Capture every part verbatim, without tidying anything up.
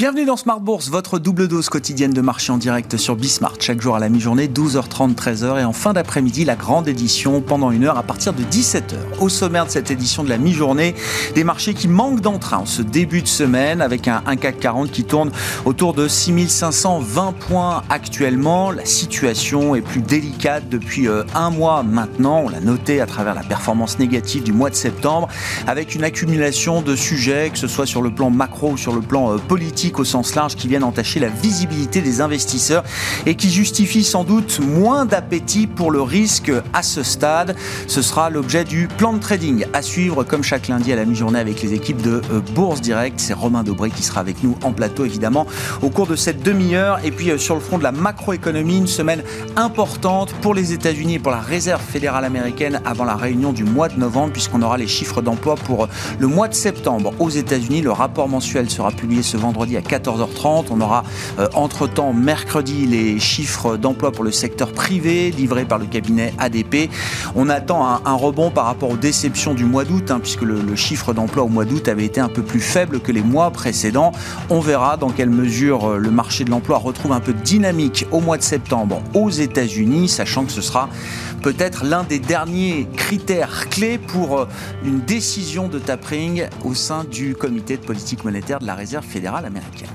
Bienvenue dans Smart Bourse, votre double dose quotidienne de marché en direct sur Bismart. Chaque jour à la mi-journée, douze heures trente, treize heures. Et en fin d'après-midi, la grande édition pendant une heure à partir de dix-sept heures. Au sommaire de cette édition de la mi-journée, des marchés qui manquent d'entrain en ce début de semaine avec un, un C A C quarante qui tourne autour de six mille cinq cent vingt points actuellement. La situation est plus délicate depuis euh, un mois maintenant. On l'a noté à travers la performance négative du mois de septembre avec une accumulation de sujets, que ce soit sur le plan macro ou sur le plan euh, politique au sens large, qui viennent entacher la visibilité des investisseurs et qui justifient sans doute moins d'appétit pour le risque à ce stade. Ce sera l'objet du plan de trading à suivre comme chaque lundi à la mi-journée avec les équipes de Bourse Direct. C'est Romain Dobré qui sera avec nous en plateau évidemment au cours de cette demi-heure. Et puis sur le front de la macroéconomie, une semaine importante pour les États-Unis et pour la Réserve fédérale américaine avant la réunion du mois de novembre, puisqu'on aura les chiffres d'emploi pour le mois de septembre aux États-Unis. Le rapport mensuel sera publié ce vendredi à quatorze heures trente. On aura euh, entre-temps mercredi les chiffres d'emploi pour le secteur privé livrés par le cabinet A D P. On attend un, un rebond par rapport aux déceptions du mois d'août, hein, puisque le, le chiffre d'emploi au mois d'août avait été un peu plus faible que les mois précédents. On verra dans quelle mesure euh, le marché de l'emploi retrouve un peu de dynamique au mois de septembre aux États-Unis, sachant que ce sera peut-être l'un des derniers critères clés pour euh, une décision de tapering au sein du comité de politique monétaire de la Réserve fédérale américaine.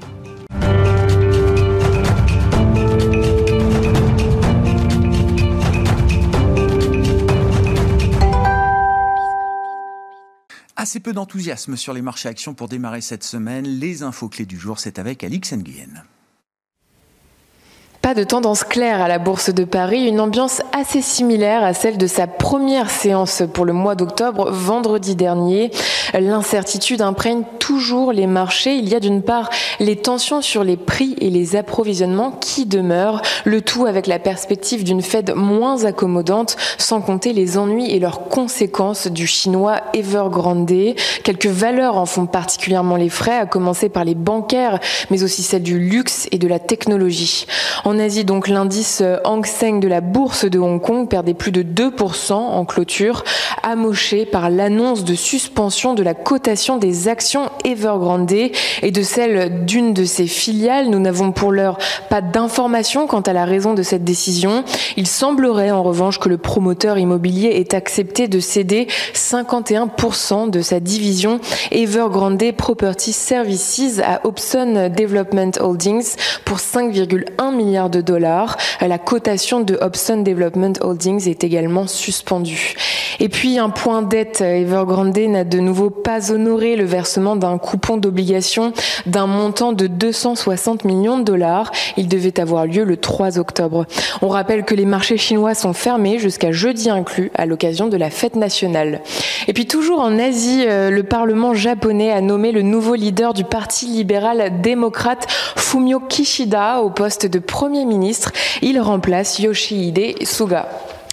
Assez peu d'enthousiasme sur les marchés actions pour démarrer cette semaine. Les infos clés du jour, c'est avec Alix Nguyen. Pas de tendance claire à la Bourse de Paris, une ambiance assez similaire à celle de sa première séance pour le mois d'octobre, vendredi dernier. L'incertitude imprègne toujours les marchés. Il y a d'une part les tensions sur les prix et les approvisionnements qui demeurent, le tout avec la perspective d'une Fed moins accommodante, sans compter les ennuis et leurs conséquences du chinois Evergrande. Quelques valeurs en font particulièrement les frais, à commencer par les bancaires, mais aussi celles du luxe et de la technologie. En Asie, donc, l'indice Hang Seng de la bourse de Hong Kong perdait plus de deux pour cent en clôture, amoché par l'annonce de suspension de la cotation des actions Evergrande et de celle d'une de ses filiales. Nous n'avons pour l'heure pas d'informations quant à la raison de cette décision. Il semblerait en revanche que le promoteur immobilier ait accepté de céder cinquante et un pour cent de sa division Evergrande Property Services à Hobson Development Holdings pour cinq virgule un milliards de dollars. La cotation de Hobson Development Holdings est également suspendue. Et puis un point dette, Evergrande n'a de nouveau pas honoré le versement d'un coupon d'obligation d'un montant de deux cent soixante millions de dollars. Il devait avoir lieu le trois octobre. On rappelle que les marchés chinois sont fermés jusqu'à jeudi inclus à l'occasion de la fête nationale. Et puis toujours en Asie, le Parlement japonais a nommé le nouveau leader du Parti libéral démocrate Fumio Kishida au poste de Premier ministre. Il remplace Yoshihide Suga.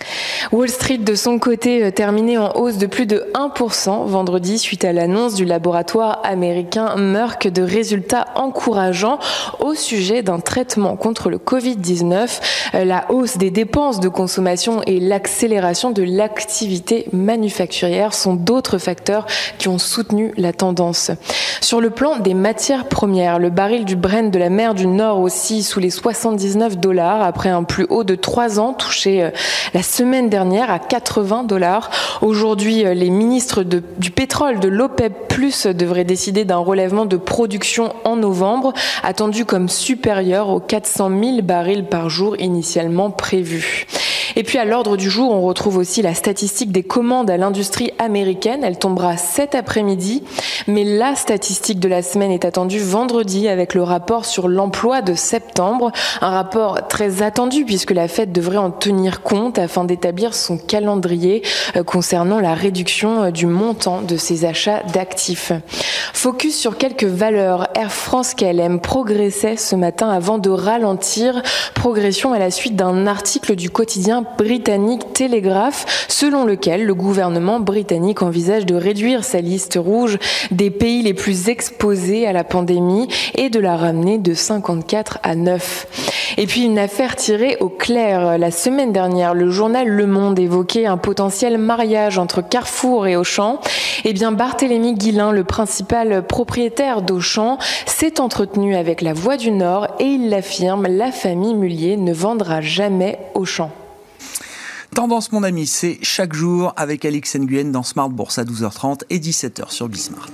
Wall Street, de son côté, terminait en hausse de plus de un pour cent vendredi suite à l'annonce du laboratoire américain Merck de résultats encourageants au sujet d'un traitement contre le covid dix-neuf. La hausse des dépenses de consommation et l'accélération de l'activité manufacturière sont d'autres facteurs qui ont soutenu la tendance. Sur le plan des matières premières, le baril du Brent de la mer du Nord oscille sous les soixante-dix-neuf dollars après un plus haut de trois ans touché la semaine dernière à quatre-vingts dollars. Aujourd'hui, les ministres de, du pétrole de l'OPEP plus, devraient décider d'un relèvement de production en novembre, attendu comme supérieur aux quatre cent mille barils par jour initialement prévus. Et puis à l'ordre du jour, on retrouve aussi la statistique des commandes à l'industrie américaine. Elle tombera cet après-midi, mais la statistique de la semaine est attendue vendredi avec le rapport sur l'emploi de septembre. Un rapport très attendu puisque la Fed devrait en tenir compte afin d'établir son calendrier concernant la réduction du montant de ses achats d'actifs. Focus sur quelques valeurs. Air France K L M progressait ce matin avant de ralentir. Progression à la suite d'un article du quotidien britannique Telegraph, selon lequel le gouvernement britannique envisage de réduire sa liste rouge des pays les plus exposés à la pandémie et de la ramener de cinquante-quatre à neuf. Et puis une affaire tirée au clair. La semaine dernière, le journal Le Monde évoquait un potentiel mariage entre Carrefour et Auchan. Eh bien, Barthélémy Guillain, le principal propriétaire d'Auchan, s'est entretenu avec La Voix du Nord et il l'affirme, la famille Mullier ne vendra jamais Auchan. Tendance, mon ami, c'est chaque jour avec Alix Nguyen dans Smart Bourse à douze heures trente et dix-sept heures sur Bismart.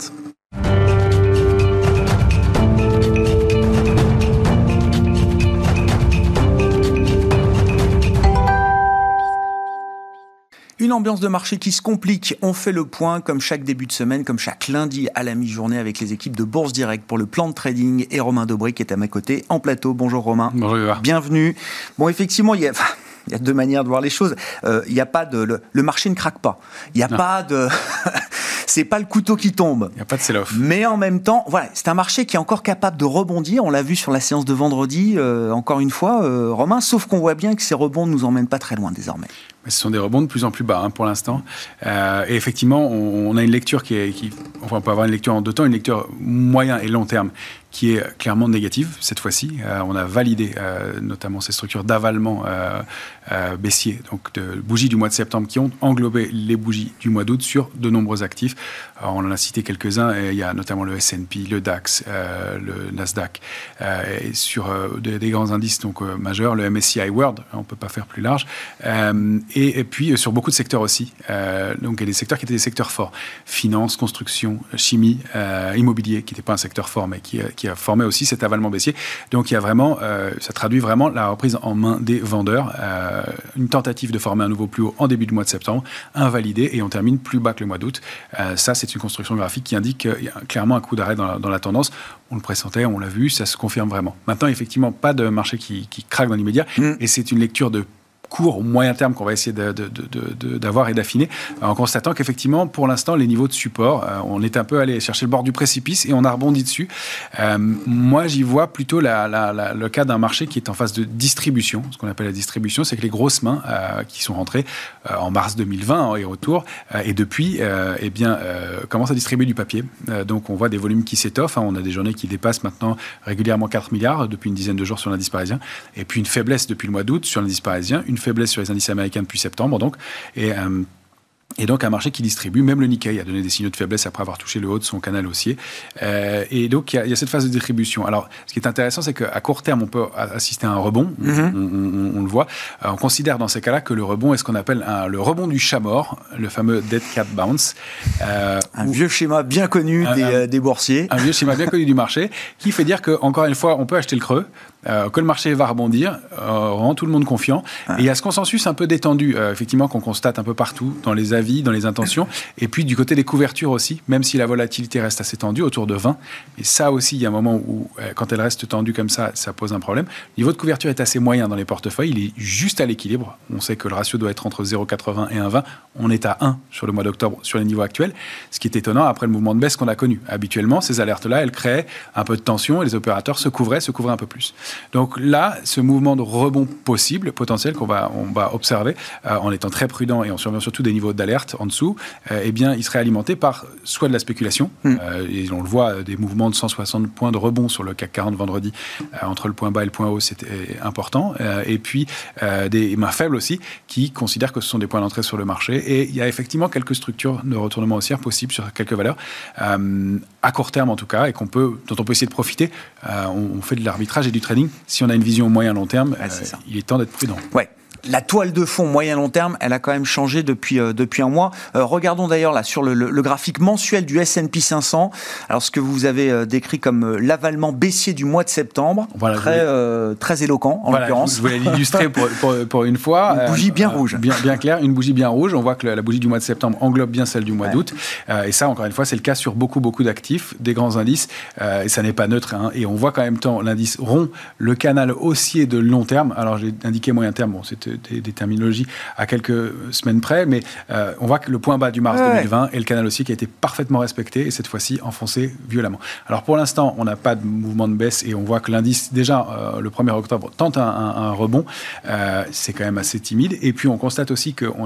Une ambiance de marché qui se complique. On fait le point comme chaque début de semaine, comme chaque lundi à la mi-journée avec les équipes de Bourse Direct pour le plan de trading et Romain Dobré qui est à ma côté en plateau. Bonjour Romain. Bonjour Yves. Bienvenue. Bon, effectivement, il y a... Il y a deux manières de voir les choses. Euh, il y a pas de le, le marché ne craque pas. Il y a non. pas de c'est pas le couteau qui tombe. Il y a pas de sell-off. Mais en même temps, voilà, c'est un marché qui est encore capable de rebondir. On l'a vu sur la séance de vendredi, euh, encore une fois, euh, Romain. Sauf qu'on voit bien que ces rebonds ne nous emmènent pas très loin désormais. Ce sont des rebonds de plus en plus bas hein, pour l'instant. Euh, et effectivement, on, on a une lecture qui est, qui, enfin, on peut avoir une lecture en deux temps, une lecture moyen et long terme qui est clairement négative cette fois-ci. Euh, on a validé euh, notamment ces structures d'avalement euh, euh, baissier, donc de bougies du mois de septembre qui ont englobé les bougies du mois d'août sur de nombreux actifs. Alors, on en a cité quelques-uns. Et il y a notamment le S and P, le DAX, euh, le Nasdaq, euh, et sur euh, des, des grands indices donc euh, majeurs, le M S C I World. On ne peut pas faire plus large. Euh, et, et puis euh, sur beaucoup de secteurs aussi. Euh, donc il y a des secteurs qui étaient des secteurs forts. Finance, construction, chimie, euh, immobilier, qui n'était pas un secteur fort, mais qui, qui a formé aussi cet avalement baissier. Donc il y a vraiment, euh, ça traduit vraiment la reprise en main des vendeurs. Euh, une tentative de former un nouveau plus haut en début du mois de septembre, invalidé, et on termine plus bas que le mois d'août. Euh, ça, c'est une construction graphique qui indique qu'il y a clairement un coup d'arrêt dans la, dans la tendance. On le pressentait, on l'a vu, ça se confirme vraiment. Maintenant, effectivement, pas de marché qui, qui craque dans l'immédiat, mmh. et c'est une lecture de court, moyen terme qu'on va essayer de, de, de, de, d'avoir et d'affiner, en constatant qu'effectivement, pour l'instant, les niveaux de support, euh, on est un peu allé chercher le bord du précipice et on a rebondi dessus. Euh, moi, j'y vois plutôt la, la, la, le cas d'un marché qui est en phase de distribution. Ce qu'on appelle la distribution, c'est que les grosses mains euh, qui sont rentrées euh, en mars deux mille vingt et autour, euh, et depuis, euh, eh bien, euh, commencent à distribuer du papier. Euh, donc, on voit des volumes qui s'étoffent. Hein. On a des journées qui dépassent maintenant régulièrement quatre milliards depuis une dizaine de jours sur l'indice parisien. Et puis, une faiblesse depuis le mois d'août sur l'indice parisien, une faiblesse sur les indices américains depuis septembre, donc, et, euh, et donc un marché qui distribue, même le Nikkei a donné des signaux de faiblesse après avoir touché le haut de son canal haussier, euh, et donc il y, a, il y a cette phase de distribution. Alors, ce qui est intéressant, c'est qu'à court terme, on peut assister à un rebond, mm-hmm. on, on, on le voit. Euh, on considère dans ces cas-là que le rebond est ce qu'on appelle un, le rebond du chat mort, le fameux dead cat bounce. Euh, un où, vieux schéma bien connu un, des, un, des boursiers. Un vieux schéma bien connu du marché, qui fait dire qu'encore une fois, on peut acheter le creux, Euh, que le marché va rebondir, euh, rend tout le monde confiant. Ah. Et il y a ce consensus un peu détendu, euh, effectivement, qu'on constate un peu partout, dans les avis, dans les intentions, et puis du côté des couvertures aussi, même si la volatilité reste assez tendue, autour de vingt. Et ça aussi, il y a un moment où, euh, quand elle reste tendue comme ça, ça pose un problème. Le niveau de couverture est assez moyen dans les portefeuilles, il est juste à l'équilibre. On sait que le ratio doit être entre zéro virgule quatre-vingts et un virgule vingt. On est à un sur le mois d'octobre, sur les niveaux actuels, ce qui est étonnant après le mouvement de baisse qu'on a connu. Habituellement, ces alertes-là, elles créaient un peu de tension et les opérateurs se couvraient, se couvraient un peu plus. Donc là, ce mouvement de rebond possible, potentiel, qu'on va, on va observer euh, en étant très prudent et en surveillant surtout des niveaux d'alerte en dessous, euh, eh bien, il serait alimenté par soit de la spéculation, mmh. euh, et on le voit, des mouvements de cent soixante points de rebond sur le C A C quarante vendredi, euh, entre le point bas et le point haut, c'était important, euh, et puis euh, des mains faibles aussi, qui considèrent que ce sont des points d'entrée sur le marché, et il y a effectivement quelques structures de retournement haussière possibles sur quelques valeurs, euh, à court terme en tout cas, et qu'on peut, dont on peut essayer de profiter. Euh, on, on fait de l'arbitrage et du trading. Si on a une vision moyen-long terme, ah, euh, il est temps d'être prudent. Ouais. La toile de fond moyen-long terme, elle a quand même changé depuis, euh, depuis un mois. Euh, regardons d'ailleurs là sur le, le, le graphique mensuel du S and P cinq cents. Alors ce que vous avez euh, décrit comme euh, l'avalement baissier du mois de septembre, voilà, très, voulais... euh, très éloquent en voilà, l'occurrence. Je voulais l'illustrer pour, pour, pour une fois. Une bougie bien euh, rouge. Bien, bien claire, une bougie bien rouge. On voit que la, la bougie du mois de septembre englobe bien celle du mois ouais. d'août. Euh, et ça, encore une fois, c'est le cas sur beaucoup, beaucoup d'actifs, des grands indices. Euh, et ça n'est pas neutre. Hein, et on voit quand même temps l'indice rond, le canal haussier de long terme. Alors j'ai indiqué moyen terme, bon, c'était des, des terminologies à quelques semaines près, mais euh, on voit que le point bas du mars ouais. deux mille vingt est le canal haussier qui a été parfaitement respecté et cette fois-ci enfoncé violemment. Alors pour l'instant, on n'a pas de mouvement de baisse et on voit que l'indice, déjà euh, le premier octobre, tente un, un, un rebond. Euh, c'est quand même assez timide. Et puis on constate aussi qu'on a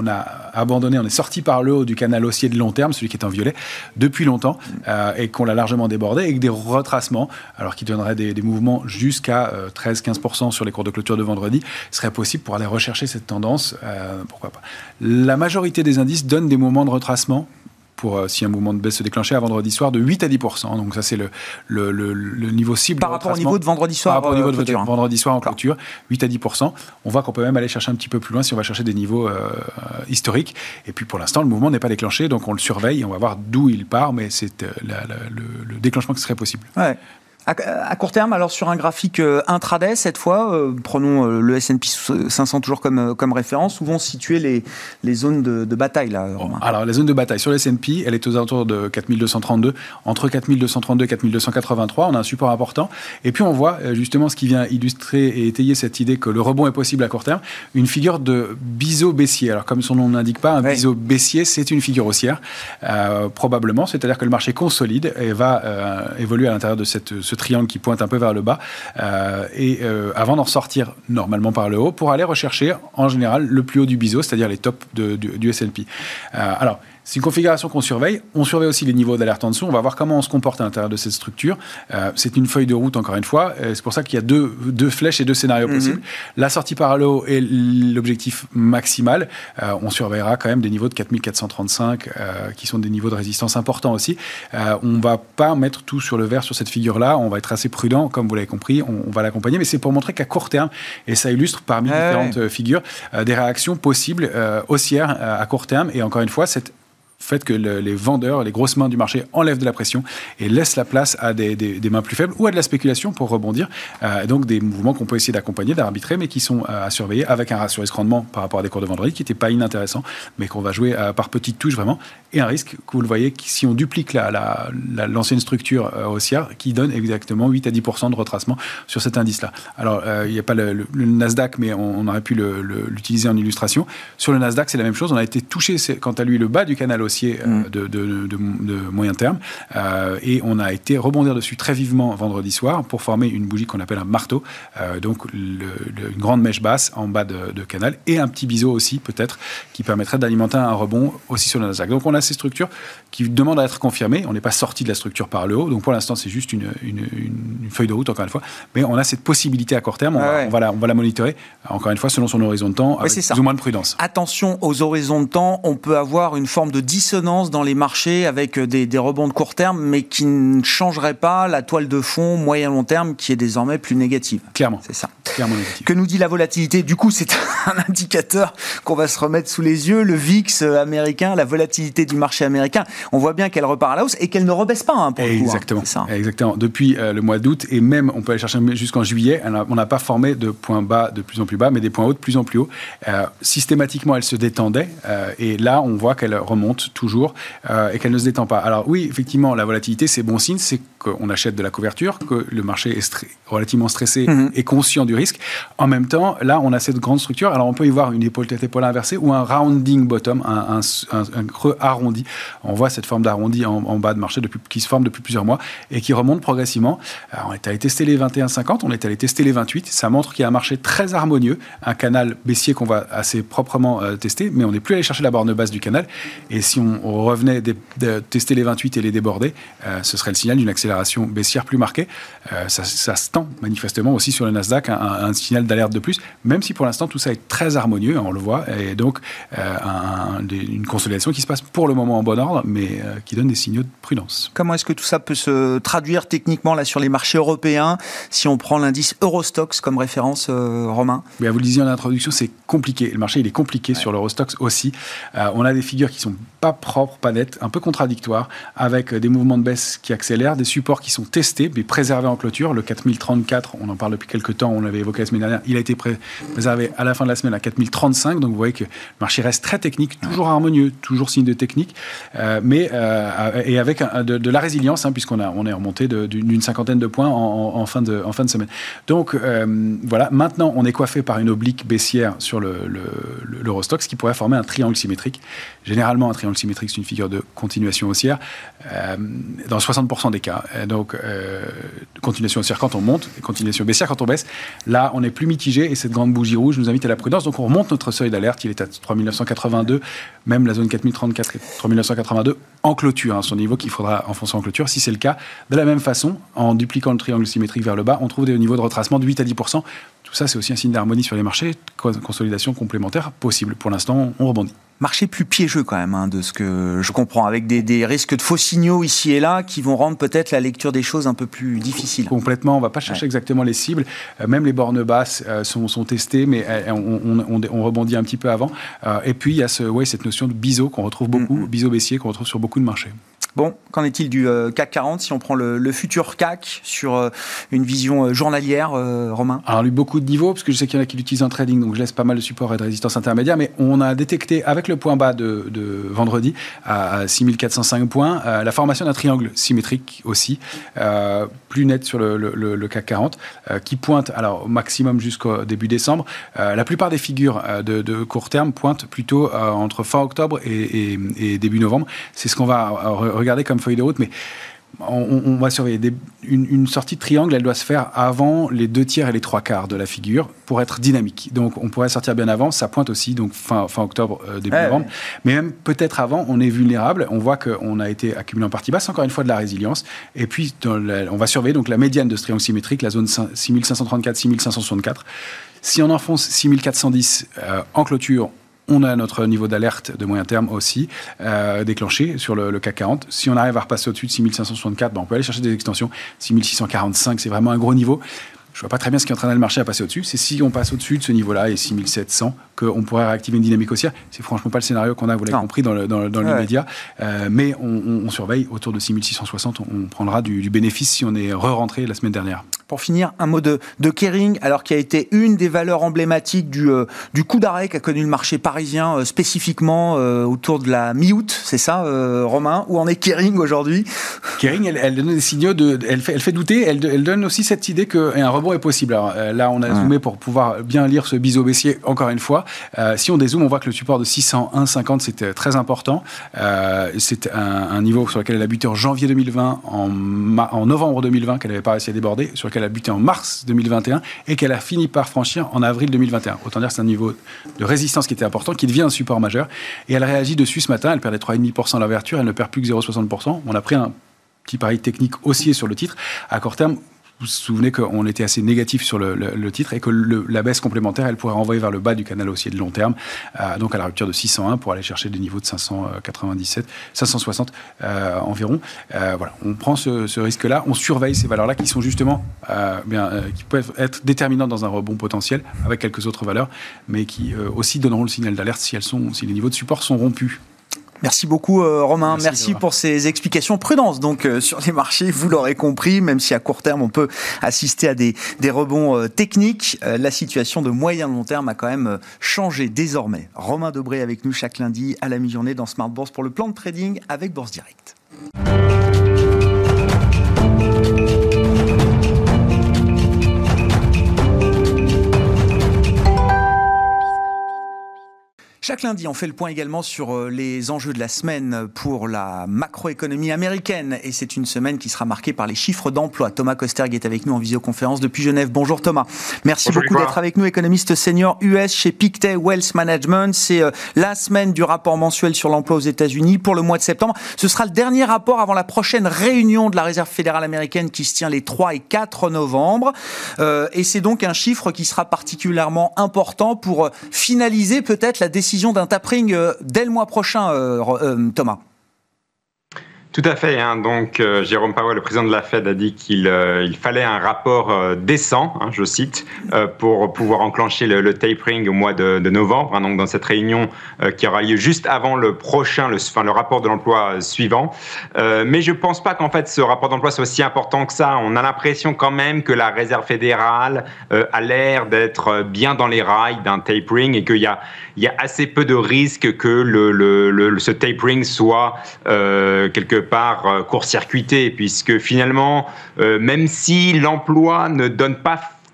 abandonné, on est sorti par le haut du canal haussier de long terme, celui qui est en violet, depuis longtemps, euh, et qu'on l'a largement débordé, avec des retracements, alors qui donneraient des, des mouvements jusqu'à euh, treize à quinze pour cent sur les cours de clôture de vendredi, serait possible pour aller rechercher cette tendance, euh, pourquoi pas. La majorité des indices donnent des moments de retracement, pour euh, si un mouvement de baisse se déclenchait à vendredi soir, de huit à dix pour cent. Donc ça, c'est le, le, le, le niveau cible. Par rapport au niveau de vendredi soir. Par rapport au niveau de clôture, vendredi soir en clôture, huit à dix pour cent. On voit qu'on peut même aller chercher un petit peu plus loin si on va chercher des niveaux euh, historiques. Et puis pour l'instant, le mouvement n'est pas déclenché, donc on le surveille et on va voir d'où il part, mais c'est euh, la, la, le, le déclenchement qui serait possible. Ouais. À court terme, alors sur un graphique intraday, cette fois, euh, prenons euh, le S and P cinq cents toujours comme, comme référence, où vont se situer les, les zones de, de bataille là, Romain? Alors la zone de bataille sur le S and P, elle est aux alentours de quatre mille deux cent trente-deux, entre quatre mille deux cent trente-deux et quatre mille deux cent quatre-vingt-trois, on a un support important, et puis on voit justement ce qui vient illustrer et étayer cette idée que le rebond est possible à court terme, une figure de biseau baissier. Alors comme son nom ne l'indique pas, un ouais. biseau baissier, c'est une figure haussière, euh, probablement, c'est-à-dire que le marché consolide et va euh, évoluer à l'intérieur de cette, ce triangle qui pointe un peu vers le bas, euh, et euh, avant d'en ressortir normalement par le haut, pour aller rechercher en général le plus haut du biseau, c'est-à-dire les tops de, du, du S and P. Euh, alors, c'est une configuration qu'on surveille. On surveille aussi les niveaux d'alerte en dessous. On va voir comment on se comporte à l'intérieur de cette structure. Euh, c'est une feuille de route, encore une fois. Et c'est pour ça qu'il y a deux, deux flèches et deux scénarios mm-hmm. possibles. La sortie par le haut est l'objectif maximal. Euh, on surveillera quand même des niveaux de quatre mille quatre cent trente-cinq, euh, qui sont des niveaux de résistance importants aussi. Euh, on ne va pas mettre tout sur le vert sur cette figure-là. On va être assez prudent, comme vous l'avez compris. On, on va l'accompagner. Mais c'est pour montrer qu'à court terme, et ça illustre parmi ah différentes ouais. figures, euh, des réactions possibles euh, haussières euh, à court terme. Et encore une fois, cette fait que le, les vendeurs, les grosses mains du marché enlèvent de la pression et laissent la place à des, des, des mains plus faibles ou à de la spéculation pour rebondir. Euh, donc des mouvements qu'on peut essayer d'accompagner, d'arbitrer, mais qui sont euh, à surveiller avec un ratio risque-rendement par rapport à des cours de vendredi qui n'était pas inintéressant, mais qu'on va jouer euh, par petites touches vraiment. Et un risque que vous le voyez, si on duplique la, la, la, l'ancienne structure euh, haussière, qui donne exactement huit à dix pour cent de retracement sur cet indice-là. Alors, il euh, n'y a pas le, le, le Nasdaq, mais on, on aurait pu le, le, l'utiliser en illustration. Sur le Nasdaq, c'est la même chose. On a été touché, c'est, quant à lui, le bas du canal haussier euh, de, de, de, de, de moyen terme. Euh, et on a été rebondir dessus très vivement vendredi soir pour former une bougie qu'on appelle un marteau. Euh, donc, le, le, une grande mèche basse en bas de, de canal et un petit biseau aussi, peut-être, qui permettrait d'alimenter un rebond aussi sur le Nasdaq. Donc, on a ces structures qui demandent à être confirmées. On n'est pas sorti de la structure par le haut. Donc, pour l'instant, c'est juste une, une, une, une feuille de route, encore une fois. Mais on a cette possibilité à court terme. On, ah va, ouais. on, va, la, on va la monitorer, encore une fois, selon son horizon de temps, avec ouais, plus ou moins de prudence. Attention aux horizons de temps. On peut avoir une forme de dissonance dans les marchés avec des, des rebonds de court terme, mais qui ne changerait pas la toile de fond moyen-long terme qui est désormais plus négative. Clairement. C'est ça. Clairement négative. Que nous dit la volatilité? Du coup, c'est un indicateur qu'on va se remettre sous les yeux. Le V I X américain, la volatilité du marché américain. On voit bien qu'elle repart à la hausse et qu'elle ne rebaisse pas, hein, pour le coup. Exactement. Hein. C'est ça. Exactement. Depuis euh, le mois d'août, et même, on peut aller chercher jusqu'en juillet, on n'a pas formé de points bas de plus en plus bas, mais des points hauts de plus en plus hauts. Euh, systématiquement, elle se détendait. Euh, et là, on voit qu'elle remonte toujours euh, et qu'elle ne se détend pas. Alors oui, effectivement, la volatilité, c'est bon signe. C'est qu'on achète de la couverture, que le marché est stre- relativement stressé mmh. et conscient du risque. En même temps, là, on a cette grande structure. Alors, on peut y voir une épaule tête épaule inversée ou un rounding bottom, un, un, un, un creux arrondi. On voit cette forme d'arrondi en, en bas de marché depuis, qui se forme depuis plusieurs mois et qui remonte progressivement. Alors, on est allé tester les vingt et un cinquante, on est allé tester les vingt-huit. Ça montre qu'il y a un marché très harmonieux, un canal baissier qu'on va assez proprement euh, tester, mais on n'est plus allé chercher la borne basse du canal. Et si on, on revenait de, de tester les vingt-huit et les déborder, euh, ce serait le signal d'une accélération baissière plus marquée. Euh, ça, ça se tend manifestement aussi sur le Nasdaq, un, un signal d'alerte de plus, même si pour l'instant tout ça est très harmonieux, on le voit, et donc euh, un, des, une consolidation qui se passe pour le moment en bon ordre, mais euh, qui donne des signaux de prudence. Comment est-ce que tout ça peut se traduire techniquement là sur les marchés européens, si on prend l'indice Eurostoxx comme référence, euh, Romain? Bien, vous le disiez en introduction, c'est compliqué. Le marché, il est compliqué ouais. sur l'Eurostoxx aussi. Euh, on a des figures qui sont pas propres, pas nettes, un peu contradictoires, avec des mouvements de baisse qui accélèrent, des supports qui sont testés, mais préservés en clôture. Le quatre mille trente-quatre, on en parle depuis quelques temps, on l'avait évoqué la semaine dernière, il a été pré- préservé à la fin de la semaine à quatre mille trente-cinq, donc vous voyez que le marché reste très technique, toujours harmonieux, toujours signe de technique, euh, mais euh, et avec un, de, de la résilience, hein, puisqu'on a, on est remonté de, d'une cinquantaine de points en, en, en, fin, de, en fin de semaine. Donc euh, voilà, maintenant on est coiffé par une oblique baissière sur le, le, le, l'Eurostoxx qui pourrait former un triangle symétrique. Généralement, un triangle triangle symétrique, c'est une figure de continuation haussière, euh, dans soixante pour cent des cas. Donc, euh, continuation haussière quand on monte, et continuation baissière quand on baisse. Là, on est plus mitigé, et cette grande bougie rouge nous invite à la prudence. Donc, on remonte notre seuil d'alerte, il est à trois mille neuf cent quatre-vingt-deux, même la zone quatre mille trente-quatre et trois mille neuf cent quatre-vingt-deux en clôture, hein, son niveau qu'il faudra enfoncer en clôture. Si c'est le cas, de la même façon, en dupliquant le triangle symétrique vers le bas, on trouve des niveaux de retracement de huit à dix pour cent. Tout ça, c'est aussi un signe d'harmonie sur les marchés, consolidation complémentaire possible. Pour l'instant, on rebondit. Marché plus piégeux quand même, hein, de ce que je comprends, avec des, des risques de faux signaux ici et là qui vont rendre peut-être la lecture des choses un peu plus difficile. Complètement, on ne va pas chercher ouais. exactement les cibles. Euh, même les bornes basses euh, sont, sont testées, mais euh, on, on, on rebondit un petit peu avant. Euh, et puis, il y a ce, ouais, cette notion de biseau qu'on retrouve beaucoup, mm-hmm. biseau baissier qu'on retrouve sur beaucoup de marchés. Bon, qu'en est-il du euh, C A C quarante, si on prend le, le futur C A C sur euh, une vision euh, journalière, euh, Romain? Alors, lui, beaucoup de niveaux, parce que je sais qu'il y en a qui l'utilisent en trading, donc je laisse pas mal de support et de résistance intermédiaire, mais on a détecté, avec le point bas de, de vendredi, à six mille quatre cent cinq points, euh, la formation d'un triangle symétrique aussi, euh, plus net sur le, le, le C A C quarante, euh, qui pointe, alors, au maximum jusqu'au début décembre. Euh, la plupart des figures euh, de, de court terme pointent plutôt euh, entre fin octobre et, et, et début novembre. C'est ce qu'on va euh, regarder comme feuille de route, mais on, on va surveiller. Des, une, une sortie de triangle, elle doit se faire avant les deux tiers et les trois quarts de la figure pour être dynamique. Donc, on pourrait sortir bien avant. Ça pointe aussi, donc fin, fin octobre, euh, début ouais, novembre. Ouais. Mais même peut-être avant, on est vulnérable. On voit qu'on a été accumulé en partie basse. Encore une fois, de la résilience. Et puis, dans la, on va surveiller donc la médiane de ce triangle symétrique, la zone six mille cinq cent trente-quatre, six mille cinq cent soixante-quatre. Si on enfonce six mille quatre cent dix euh, en clôture, on a notre niveau d'alerte de moyen terme aussi euh, déclenché sur le, le C A C quarante. Si on arrive à repasser au-dessus de six mille cinq cent soixante-quatre, ben on peut aller chercher des extensions. six mille six cent quarante-cinq, c'est vraiment un gros niveau. Je ne vois pas très bien ce qui entraîne le marché à passer au-dessus. C'est si on passe au-dessus de ce niveau-là et six mille sept cents qu'on pourrait réactiver une dynamique haussière. C'est franchement pas le scénario qu'on a, vous l'avez non. compris, dans, le, dans, dans ouais. l'immédiat. Euh, mais on, on, on surveille autour de six mille six cent soixante. On prendra du, du bénéfice si on est re-rentré la semaine dernière. Pour finir, un mot de, de Kering, alors qui a été une des valeurs emblématiques du, euh, du coup d'arrêt qu'a connu le marché parisien, euh, spécifiquement euh, autour de la mi-août, c'est ça, euh, Romain? Où en est Kering aujourd'hui? Kering, elle, elle donne des signaux, de, elle, fait, elle fait douter, elle, elle donne aussi cette idée qu'un rebond est possible. Alors euh, là, on a ouais. zoomé pour pouvoir bien lire ce biseau baissier, encore une fois. Euh, si on dézoome, on voit que le support de six cent un virgule cinquante, c'était très important. Euh, c'est un, un niveau sur lequel elle a buté en janvier deux mille vingt, en, ma, en novembre deux mille vingt, qu'elle n'avait pas réussi à déborder, sur lequel elle a buté en mars deux mille vingt et un et qu'elle a fini par franchir en avril deux mille vingt et un. Autant dire que c'est un niveau de résistance qui était important, qui devient un support majeur. Et elle réagit dessus ce matin, elle perdait trois virgule cinq pour cent à l'ouverture, elle ne perd plus que zéro virgule soixante pour cent. On a pris un petit pari technique haussier sur le titre. À court terme, vous vous souvenez qu'on était assez négatif sur le, le, le titre et que le, la baisse complémentaire, elle pourrait renvoyer vers le bas du canal haussier de long terme, euh, donc à la rupture de six cent un pour aller chercher des niveaux de cinq cent quatre-vingt-dix-sept, cinq cent soixante euh, environ. Euh, voilà, on prend ce, ce risque-là, on surveille ces valeurs-là qui sont justement euh, bien, euh, qui peuvent être déterminantes dans un rebond potentiel avec quelques autres valeurs, mais qui euh, aussi donneront le signal d'alerte si elles sont, si les niveaux de support sont rompus. Merci beaucoup euh, Romain, merci, merci pour ces explications. Prudence donc euh, sur les marchés, vous l'aurez compris, même si à court terme on peut assister à des, des rebonds euh, techniques, euh, la situation de moyen long terme a quand même euh, changé désormais. Romain Debré avec nous chaque lundi à la mi-journée dans Smart Bourse pour le plan de trading avec Bourse Direct. Chaque lundi, on fait le point également sur les enjeux de la semaine pour la macroéconomie américaine. Et c'est une semaine qui sera marquée par les chiffres d'emploi. Thomas Kosterg est avec nous en visioconférence depuis Genève. Bonjour Thomas. Merci Bonjour beaucoup d'être avec nous, économiste senior U S chez Pictet Wealth Management. C'est la semaine du rapport mensuel sur l'emploi aux États-Unis pour le mois de septembre. Ce sera le dernier rapport avant la prochaine réunion de la Réserve fédérale américaine qui se tient les trois et quatre novembre. Euh, et c'est donc un chiffre qui sera particulièrement important pour finaliser peut-être la décision d'un tapering euh, dès le mois prochain, euh, euh, Thomas. Tout à fait. Hein. Donc, euh, Jérôme Powell, le président de la Fed, a dit qu'il euh, il fallait un rapport euh, décent, hein, je cite, euh, pour pouvoir enclencher le, le tapering au mois de, de novembre. Hein, donc, dans cette réunion euh, qui aura lieu juste avant le prochain, le, enfin, le rapport de l'emploi euh, suivant. Euh, mais je ne pense pas qu'en fait ce rapport d'emploi soit aussi important que ça. On a l'impression quand même que la Réserve fédérale euh, a l'air d'être bien dans les rails d'un tapering et qu'il y a, il y a assez peu de risques que le, le, le, ce tapering soit euh, quelque part euh, court-circuité, puisque finalement, euh, même si l'emploi ne donne pas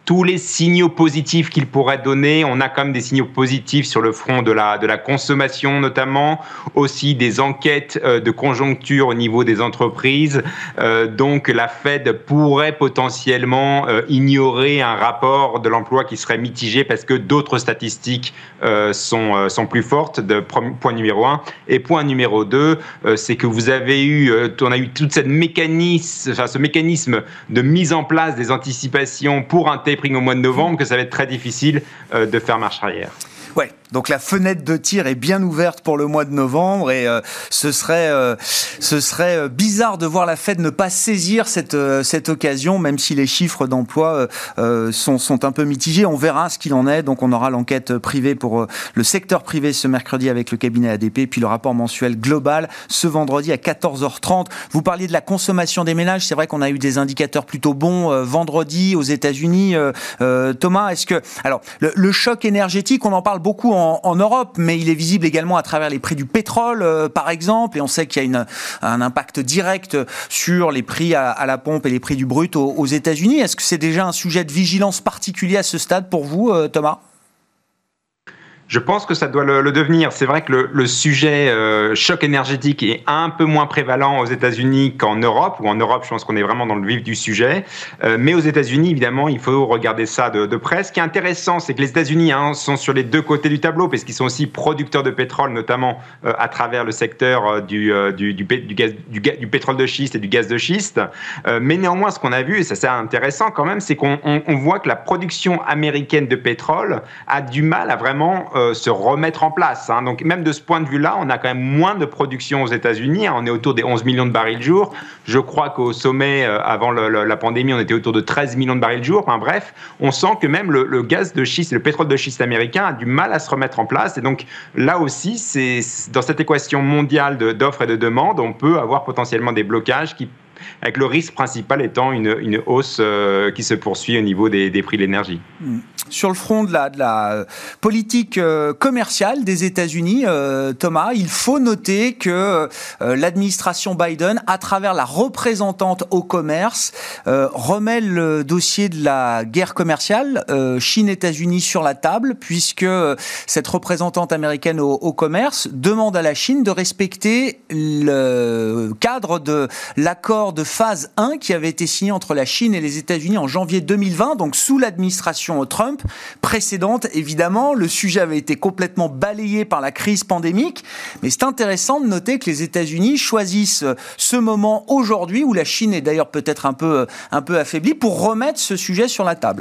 tous les signaux positifs qu'il pourrait donner. On a quand même des signaux positifs sur le front de la, de la consommation notamment, aussi des enquêtes euh, de conjoncture au niveau des entreprises. Euh, donc la Fed pourrait potentiellement euh, ignorer un rapport de l'emploi qui serait mitigé parce que d'autres statistiques euh, sont, euh, sont plus fortes, de point numéro un. Et point numéro deux, euh, c'est que vous avez eu, euh, on a eu toute cette mécanisme, enfin, ce mécanisme de mise en place des anticipations pour un tapering au mois de novembre, que ça va être très difficile euh, de faire marche arrière. Ouais, donc la fenêtre de tir est bien ouverte pour le mois de novembre et euh, ce serait, euh, ce serait bizarre de voir la Fed ne pas saisir cette, euh, cette occasion, même si les chiffres d'emploi euh, sont, sont un peu mitigés. On verra ce qu'il en est. Donc on aura l'enquête privée pour euh, le secteur privé ce mercredi avec le cabinet A D P, puis le rapport mensuel global ce vendredi à quatorze heures trente. Vous parliez de la consommation des ménages. C'est vrai qu'on a eu des indicateurs plutôt bons euh, vendredi aux États-Unis. Euh, euh, Thomas, est-ce que alors le, le choc énergétique, on en parle beaucoup en, en Europe, mais il est visible également à travers les prix du pétrole, euh, par exemple, et on sait qu'il y a une, un impact direct sur les prix à, à la pompe et les prix du brut aux, aux États-Unis. Est-ce que c'est déjà un sujet de vigilance particulier à ce stade pour vous, euh, Thomas ? Je pense que ça doit le, le devenir. C'est vrai que le, le sujet euh, choc énergétique est un peu moins prévalent aux États-Unis qu'en Europe, ou en Europe, je pense qu'on est vraiment dans le vif du sujet. Euh, mais aux États-Unis, évidemment, il faut regarder ça de, de près. Ce qui est intéressant, c'est que les États-Unis hein, sont sur les deux côtés du tableau, parce qu'ils sont aussi producteurs de pétrole, notamment euh, à travers le secteur euh, du, euh, du, du, du, gaz, du, du pétrole de schiste et du gaz de schiste. Euh, mais néanmoins, ce qu'on a vu, et ça c'est intéressant quand même, c'est qu'on on, on voit que la production américaine de pétrole a du mal à vraiment Euh, se remettre en place. Hein. Donc même de ce point de vue-là, on a quand même moins de production aux États-Unis. Hein. On est autour des onze millions de barils jour. Je crois qu'au sommet, euh, avant le, le, la pandémie, on était autour de treize millions de barils jour. Enfin, bref, on sent que même le, le gaz de schiste, le pétrole de schiste américain a du mal à se remettre en place. Et donc là aussi, c'est, dans cette équation mondiale de, d'offres et de demandes, on peut avoir potentiellement des blocages qui avec le risque principal étant une, une hausse euh, qui se poursuit au niveau des, des prix de l'énergie. Sur le front de la, de la politique euh, commerciale des États-Unis, euh, Thomas, il faut noter que euh, l'administration Biden, à travers la représentante au commerce, euh, remet le dossier de la guerre commerciale euh, Chine-États-Unis sur la table, puisque cette représentante américaine au, au commerce demande à la Chine de respecter le cadre de l'accord de phase un qui avait été signé entre la Chine et les États-Unis en janvier deux mille vingt, donc sous l'administration Trump précédente. Évidemment, le sujet avait été complètement balayé par la crise pandémique, mais c'est intéressant de noter que les États-Unis choisissent ce moment aujourd'hui, où la Chine est d'ailleurs peut-être un peu, un peu affaiblie, pour remettre ce sujet sur la table.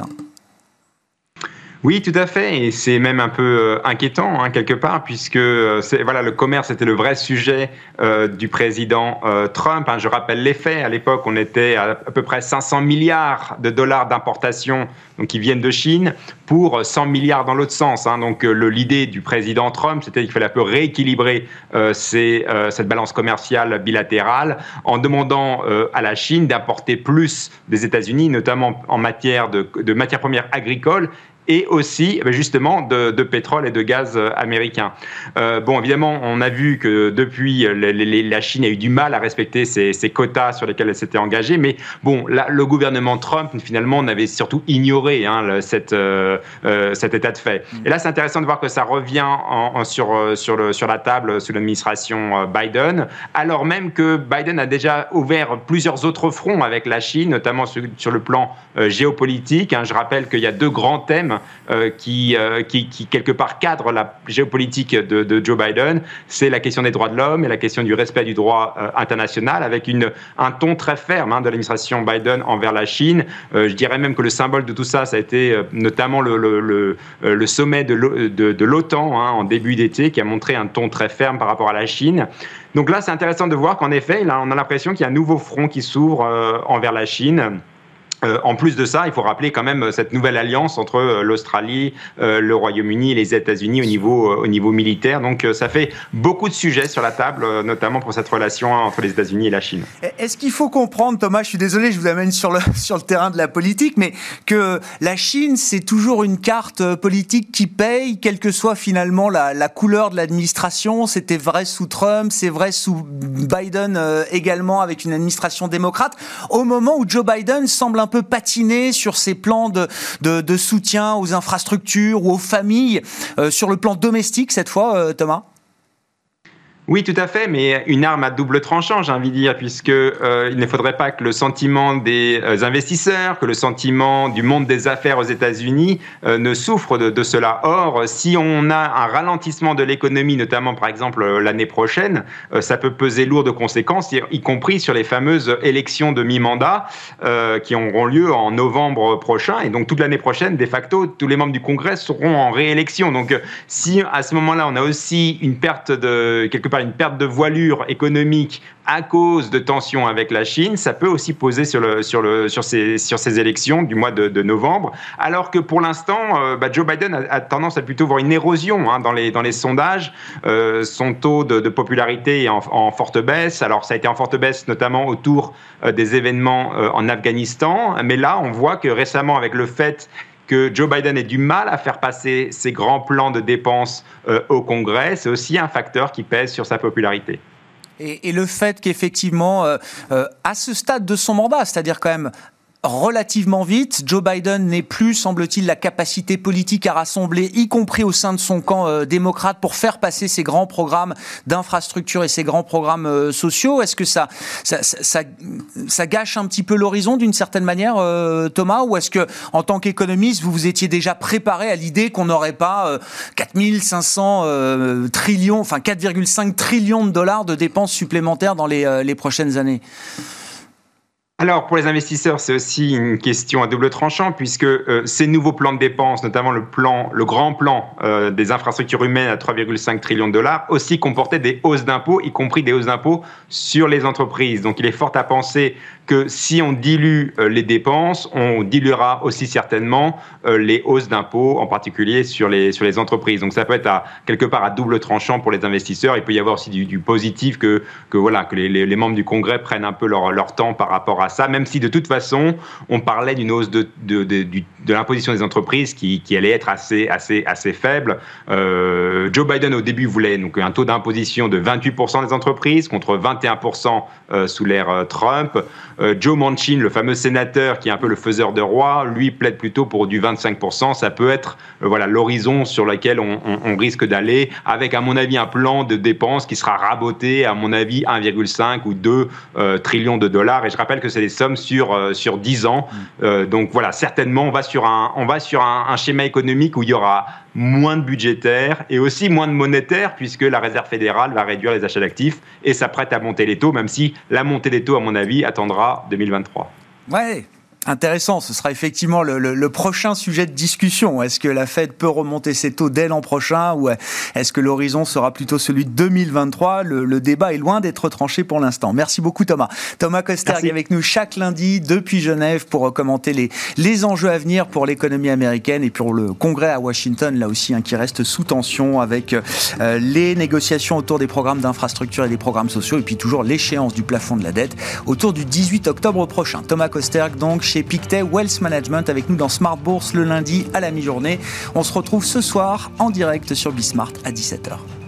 Oui, tout à fait, et c'est même un peu inquiétant hein, quelque part, puisque c'est, voilà, le commerce était le vrai sujet euh, du président euh, Trump. Hein. Je rappelle les faits. À l'époque, on était à à peu près cinq cents milliards de dollars d'importation, donc qui viennent de Chine, pour cent milliards dans l'autre sens. Hein. Donc, euh, le, l'idée du président Trump, c'était qu'il fallait un peu rééquilibrer euh, ces, euh, cette balance commerciale bilatérale en demandant euh, à la Chine d'importer plus des États-Unis, notamment en matière de, de matières premières agricoles, et aussi justement de, de pétrole et de gaz américain. Euh, bon, évidemment, on a vu que depuis, les, les, la Chine a eu du mal à respecter ses, ses quotas sur lesquels elle s'était engagée, mais bon, là, le gouvernement Trump, finalement, n'avait surtout ignoré hein, le, cette, euh, euh, cet état de fait. Et là, c'est intéressant de voir que ça revient en, en, sur, sur, le, sur la table sous l'administration Biden, alors même que Biden a déjà ouvert plusieurs autres fronts avec la Chine, notamment sur, sur le plan euh, géopolitique. Hein. Je rappelle qu'il y a deux grands thèmes Euh, qui, euh, qui, qui, quelque part, cadre la géopolitique de, de Joe Biden. C'est la question des droits de l'homme et la question du respect du droit euh, international, avec une, un ton très ferme hein, de l'administration Biden envers la Chine. Euh, je dirais même que le symbole de tout ça, ça a été euh, notamment le, le, le, le sommet de, de, de l'OTAN hein, en début d'été, qui a montré un ton très ferme par rapport à la Chine. Donc là, c'est intéressant de voir qu'en effet, là, on a l'impression qu'il y a un nouveau front qui s'ouvre euh, envers la Chine. Euh, en plus de ça, il faut rappeler quand même cette nouvelle alliance entre euh, l'Australie, euh, le Royaume-Uni et les États-Unis au niveau, euh, au niveau militaire. Donc euh, ça fait beaucoup de sujets sur la table, euh, notamment pour cette relation hein, entre les États-Unis et la Chine. Est-ce qu'il faut comprendre, Thomas, je suis désolé, je vous amène sur le, sur le terrain de la politique, mais que la Chine, c'est toujours une carte politique qui paye, quelle que soit finalement la, la couleur de l'administration. C'était vrai sous Trump, c'est vrai sous Biden euh, également, avec une administration démocrate. Au moment où Joe Biden semble un peu peu patiné sur ses plans de, de, de soutien aux infrastructures ou aux familles, euh, sur le plan domestique cette fois, euh, Thomas ? Oui, tout à fait, mais une arme à double tranchant, j'ai envie de dire, puisque euh, il ne faudrait pas que le sentiment des euh, investisseurs, que le sentiment du monde des affaires aux États-Unis euh, ne souffre de, de cela. Or, si on a un ralentissement de l'économie, notamment par exemple euh, l'année prochaine, euh, ça peut peser lourd de conséquences, y, y compris sur les fameuses élections de mi-mandat euh, qui auront lieu en novembre prochain. Et donc toute l'année prochaine, de facto, tous les membres du Congrès seront en réélection. Donc, euh, si à ce moment-là, on a aussi une perte de quelque part une perte de voilure économique à cause de tensions avec la Chine, ça peut aussi poser sur, le, sur, le, sur, ces, sur ces élections du mois de, de novembre, alors que pour l'instant, euh, bah, Joe Biden a, a tendance à plutôt voir une érosion hein, dans, les, dans les sondages. Euh, son taux de, de popularité est en, en forte baisse. Alors ça a été en forte baisse notamment autour euh, des événements euh, en Afghanistan, mais là on voit que récemment avec le fait que Joe Biden ait du mal à faire passer ses grands plans de dépenses euh, au Congrès, c'est aussi un facteur qui pèse sur sa popularité. Et, et le fait qu'effectivement, euh, euh, à ce stade de son mandat, c'est-à-dire quand même relativement vite, Joe Biden n'ait plus, semble-t-il, la capacité politique à rassembler, y compris au sein de son camp euh, démocrate, pour faire passer ses grands programmes d'infrastructure et ses grands programmes euh, sociaux. Est-ce que ça, ça, ça, ça, ça gâche un petit peu l'horizon d'une certaine manière, euh, Thomas, ou est-ce que, en tant qu'économiste, vous vous étiez déjà préparé à l'idée qu'on n'aurait pas euh, quatre mille cinq cents euh, trillions, enfin quatre virgule cinq trillions de dollars de dépenses supplémentaires dans les, euh, les prochaines années ? Alors, pour les investisseurs, c'est aussi une question à double tranchant, puisque euh, ces nouveaux plans de dépenses, notamment le plan, le grand plan euh, des infrastructures humaines à trois virgule cinq trillions de dollars, aussi comportaient des hausses d'impôts, y compris des hausses d'impôts sur les entreprises. Donc, il est fort à penser que si on dilue euh, les dépenses, on diluera aussi certainement euh, les hausses d'impôts, en particulier sur les, sur les entreprises. Donc, ça peut être à, quelque part à double tranchant pour les investisseurs. Il peut y avoir aussi du, du positif que, que, voilà, que les, les, les membres du Congrès prennent un peu leur, leur temps par rapport à ça, même si de toute façon, on parlait d'une hausse de, de, de, de, de l'imposition des entreprises qui, qui allait être assez, assez, assez faible. Euh, Joe Biden, au début, voulait donc un taux d'imposition de vingt-huit pour cent des entreprises contre vingt et un pour cent euh, sous l'ère euh, Trump. Euh, Joe Manchin, le fameux sénateur qui est un peu le faiseur de roi, lui plaide plutôt pour du vingt-cinq pour cent. Ça peut être euh, voilà, l'horizon sur lequel on, on, on risque d'aller, avec à mon avis un plan de dépenses qui sera raboté à mon avis un virgule cinq ou deux euh, trillions de dollars. Et je rappelle que c'est des sommes sur, euh, sur dix ans. Euh, donc voilà, certainement on va sur, un, on va sur un, un schéma économique où il y aura moins de budgétaire et aussi moins de monétaire, puisque la Réserve fédérale va réduire les achats d'actifs et s'apprête à monter les taux, même si la montée des taux, à mon avis, attendra deux mille vingt-trois. Ouais. Intéressant, ce sera effectivement le, le, le prochain sujet de discussion. Est-ce que la Fed peut remonter ses taux dès l'an prochain ou est-ce que l'horizon sera plutôt celui de deux mille vingt-trois ? le, le débat est loin d'être tranché pour l'instant. Merci beaucoup Thomas. Thomas Kosterg avec nous chaque lundi depuis Genève pour commenter les, les enjeux à venir pour l'économie américaine et pour le Congrès à Washington, là aussi hein, qui reste sous tension avec euh, les négociations autour des programmes d'infrastructure et des programmes sociaux et puis toujours l'échéance du plafond de la dette autour du dix-huit octobre prochain. Thomas Kosterg donc chez Pictet Wealth Management avec nous dans Smart Bourse le lundi à la mi-journée. On se retrouve ce soir en direct sur Bismart à dix-sept heures.